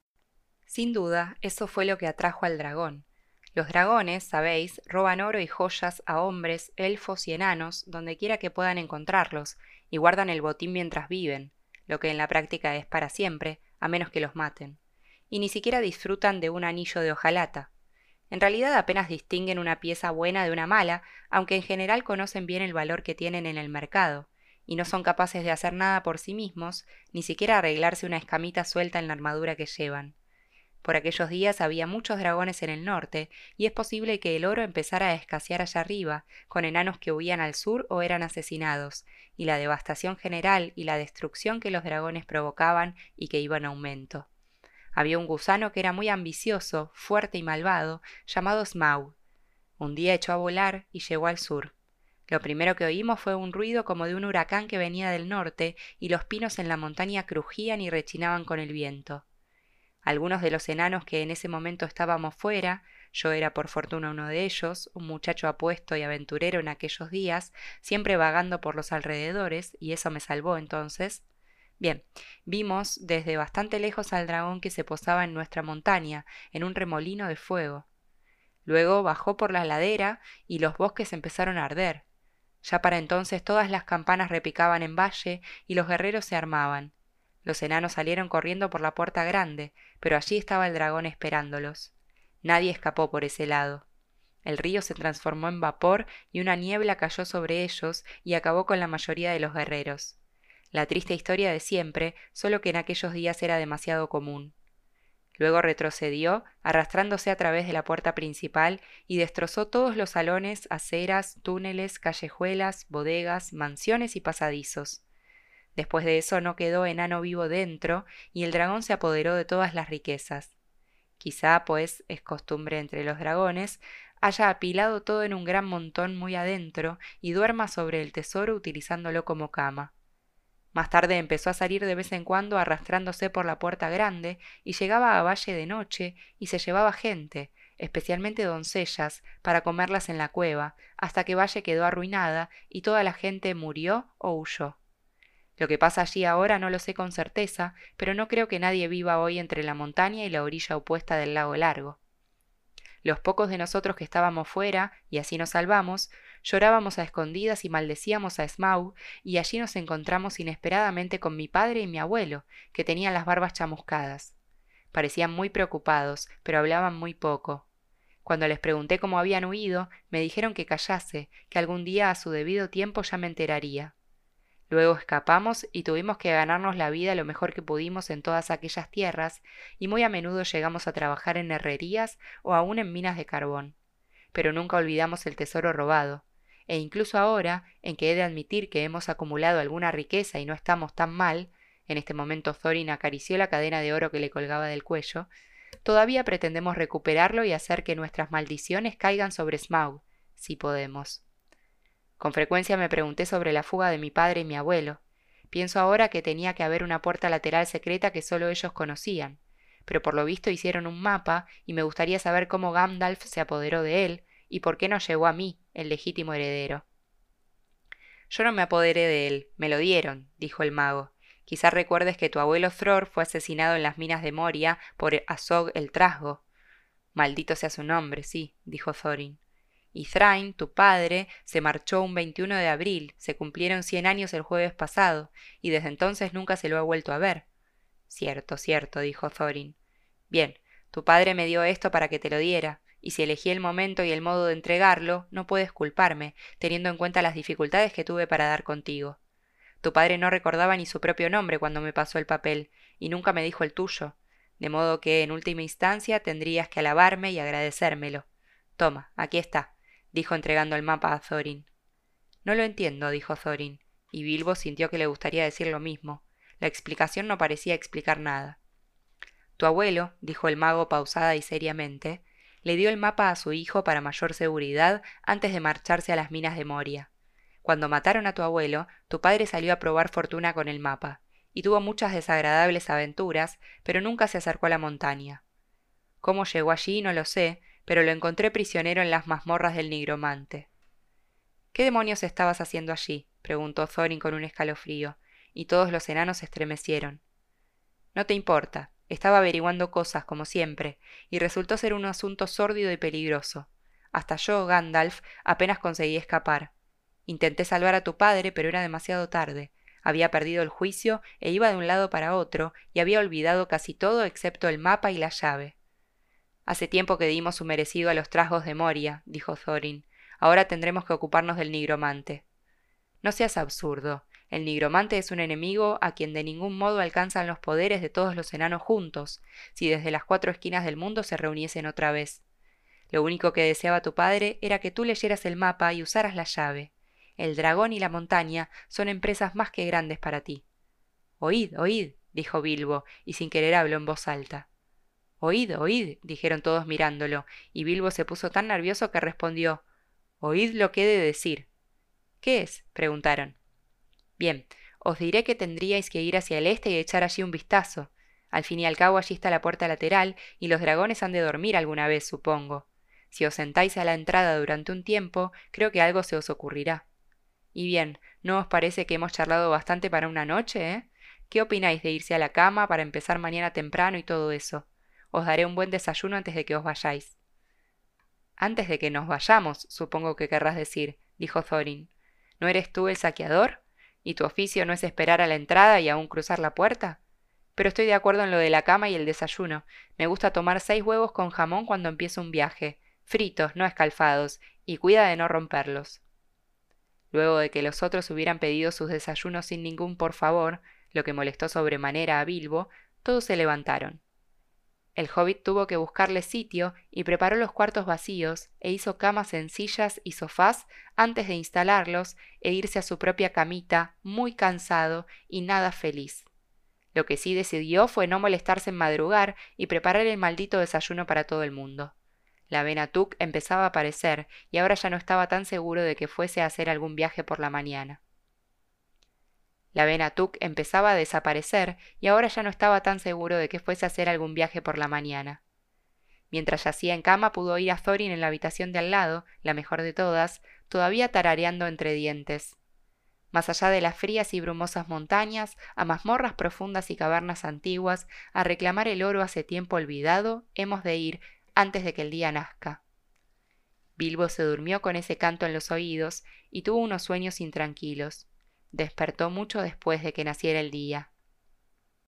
Sin duda, eso fue lo que atrajo al dragón. Los dragones, sabéis, roban oro y joyas a hombres, elfos y enanos, donde quiera que puedan encontrarlos, y guardan el botín mientras viven, lo que en la práctica es para siempre, a menos que los maten. Y ni siquiera disfrutan de un anillo de hojalata. En realidad apenas distinguen una pieza buena de una mala, aunque en general conocen bien el valor que tienen en el mercado, y no son capaces de hacer nada por sí mismos, ni siquiera arreglarse una escamita suelta en la armadura que llevan. Por aquellos días había muchos dragones en el norte, y es posible que el oro empezara a escasear allá arriba, con enanos que huían al sur o eran asesinados, y la devastación general y la destrucción que los dragones provocaban y que iba en aumento. Había un gusano que era muy ambicioso, fuerte y malvado, llamado Smaug. Un día echó a volar y llegó al sur. Lo primero que oímos fue un ruido como de un huracán que venía del norte, y los pinos en la montaña crujían y rechinaban con el viento. Algunos de los enanos que en ese momento estábamos fuera, yo era por fortuna uno de ellos, un muchacho apuesto y aventurero en aquellos días, siempre vagando por los alrededores, y eso me salvó entonces. Bien, vimos desde bastante lejos al dragón que se posaba en nuestra montaña, en un remolino de fuego. Luego bajó por la ladera y los bosques empezaron a arder. Ya para entonces todas las campanas repicaban en valle y los guerreros se armaban. Los enanos salieron corriendo por la puerta grande, pero allí estaba el dragón esperándolos. Nadie escapó por ese lado. El río se transformó en vapor y una niebla cayó sobre ellos y acabó con la mayoría de los guerreros. La triste historia de siempre, solo que en aquellos días era demasiado común. Luego retrocedió, arrastrándose a través de la puerta principal, y destrozó todos los salones, aceras, túneles, callejuelas, bodegas, mansiones y pasadizos. Después de eso no quedó enano vivo dentro, y el dragón se apoderó de todas las riquezas. Quizá, pues, es costumbre entre los dragones, haya apilado todo en un gran montón muy adentro y duerma sobre el tesoro utilizándolo como cama. Más tarde empezó a salir de vez en cuando arrastrándose por la puerta grande y llegaba a Valle de noche y se llevaba gente, especialmente doncellas, para comerlas en la cueva, hasta que Valle quedó arruinada y toda la gente murió o huyó. Lo que pasa allí ahora no lo sé con certeza, pero no creo que nadie viva hoy entre la montaña y la orilla opuesta del lago largo. Los pocos de nosotros que estábamos fuera, y así nos salvamos, llorábamos a escondidas y maldecíamos a Smaug, y allí nos encontramos inesperadamente con mi padre y mi abuelo, que tenían las barbas chamuscadas. Parecían muy preocupados, pero hablaban muy poco. Cuando les pregunté cómo habían huido, me dijeron que callase, que algún día a su debido tiempo ya me enteraría. Luego escapamos y tuvimos que ganarnos la vida lo mejor que pudimos en todas aquellas tierras, y muy a menudo llegamos a trabajar en herrerías o aún en minas de carbón. Pero nunca olvidamos el tesoro robado, e incluso ahora, en que he de admitir que hemos acumulado alguna riqueza y no estamos tan mal, en este momento Thorin acarició la cadena de oro que le colgaba del cuello, todavía pretendemos recuperarlo y hacer que nuestras maldiciones caigan sobre Smaug, si podemos. Con frecuencia me pregunté sobre la fuga de mi padre y mi abuelo. Pienso ahora que tenía que haber una puerta lateral secreta que solo ellos conocían, pero por lo visto hicieron un mapa y me gustaría saber cómo Gandalf se apoderó de él y por qué no llegó a mí, el legítimo heredero. Yo no me apoderé de él, me lo dieron, dijo el mago. Quizá recuerdes que tu abuelo Thror fue asesinado en las minas de Moria por Azog el Trasgo. Maldito sea su nombre, sí, dijo Thorin. Y Thrain, tu padre, se marchó un 21 de abril, se cumplieron 100 años el jueves pasado, y desde entonces nunca se lo ha vuelto a ver. Cierto, cierto, dijo Thorin. Bien, tu padre me dio esto para que te lo diera, y si elegí el momento y el modo de entregarlo, no puedes culparme, teniendo en cuenta las dificultades que tuve para dar contigo. Tu padre no recordaba ni su propio nombre cuando me pasó el papel, y nunca me dijo el tuyo, de modo que, en última instancia, tendrías que alabarme y agradecérmelo. Toma, aquí está, dijo entregando el mapa a Thorin. No lo entiendo, dijo Thorin, y Bilbo sintió que le gustaría decir lo mismo. La explicación no parecía explicar nada. Tu abuelo, dijo el mago pausada y seriamente, le dio el mapa a su hijo para mayor seguridad antes de marcharse a las minas de Moria. Cuando mataron a tu abuelo, tu padre salió a probar fortuna con el mapa, y tuvo muchas desagradables aventuras, pero nunca se acercó a la montaña. Cómo llegó allí no lo sé, pero lo encontré prisionero en las mazmorras del nigromante. ¿Qué demonios estabas haciendo allí? Preguntó Thorin con un escalofrío, y todos los enanos se estremecieron. No te importa, estaba averiguando cosas, como siempre, y resultó ser un asunto sórdido y peligroso. Hasta yo, Gandalf, apenas conseguí escapar. Intenté salvar a tu padre, pero era demasiado tarde. Había perdido el juicio e iba de un lado para otro, y había olvidado casi todo excepto el mapa y la llave. Hace tiempo que dimos su merecido a los trasgos de Moria, dijo Thorin. Ahora tendremos que ocuparnos del nigromante. No seas absurdo. El nigromante es un enemigo a quien de ningún modo alcanzan los poderes de todos los enanos juntos, si desde las 4 esquinas del mundo se reuniesen otra vez. Lo único que deseaba tu padre era que tú leyeras el mapa y usaras la llave. El dragón y la montaña son empresas más que grandes para ti. Oíd, oíd, dijo Bilbo, y sin querer habló en voz alta. Oíd, oíd, dijeron todos mirándolo, y Bilbo se puso tan nervioso que respondió: Oíd lo que he de decir. ¿Qué es? Preguntaron. Bien, os diré que tendríais que ir hacia el este y echar allí un vistazo. Al fin y al cabo allí está la puerta lateral, y los dragones han de dormir alguna vez, supongo. Si os sentáis a la entrada durante un tiempo, creo que algo se os ocurrirá. Y bien, ¿no os parece que hemos charlado bastante para una noche, eh? ¿Qué opináis de irse a la cama para empezar mañana temprano y todo eso? Os daré un buen desayuno antes de que os vayáis. Antes de que nos vayamos, supongo que querrás decir, dijo Thorin. ¿No eres tú el saqueador? ¿Y tu oficio no es esperar a la entrada y aún cruzar la puerta? Pero estoy de acuerdo en lo de la cama y el desayuno. Me gusta tomar 6 huevos con jamón cuando empiezo un viaje, fritos, no escalfados, y cuida de no romperlos. Luego de que los otros hubieran pedido sus desayunos sin ningún por favor, lo que molestó sobremanera a Bilbo, todos se levantaron. El hobbit tuvo que buscarle sitio y preparó los cuartos vacíos e hizo camas en sillas y sofás antes de instalarlos e irse a su propia camita, muy cansado y nada feliz. Lo que sí decidió fue no molestarse en madrugar y preparar el maldito desayuno para todo el mundo. La Vena Tuck empezaba a aparecer y ahora ya no estaba tan seguro de que fuese a hacer algún viaje por la mañana. La Vena Tuck empezaba a desaparecer y ahora ya no estaba tan seguro de que fuese a hacer algún viaje por la mañana. Mientras yacía en cama pudo oír a Thorin en la habitación de al lado, la mejor de todas, todavía tarareando entre dientes. Más allá de las frías y brumosas montañas, a mazmorras profundas y cavernas antiguas, a reclamar el oro hace tiempo olvidado, hemos de ir antes de que el día nazca. Bilbo se durmió con ese canto en los oídos y tuvo unos sueños intranquilos. Despertó mucho después de que naciera el día.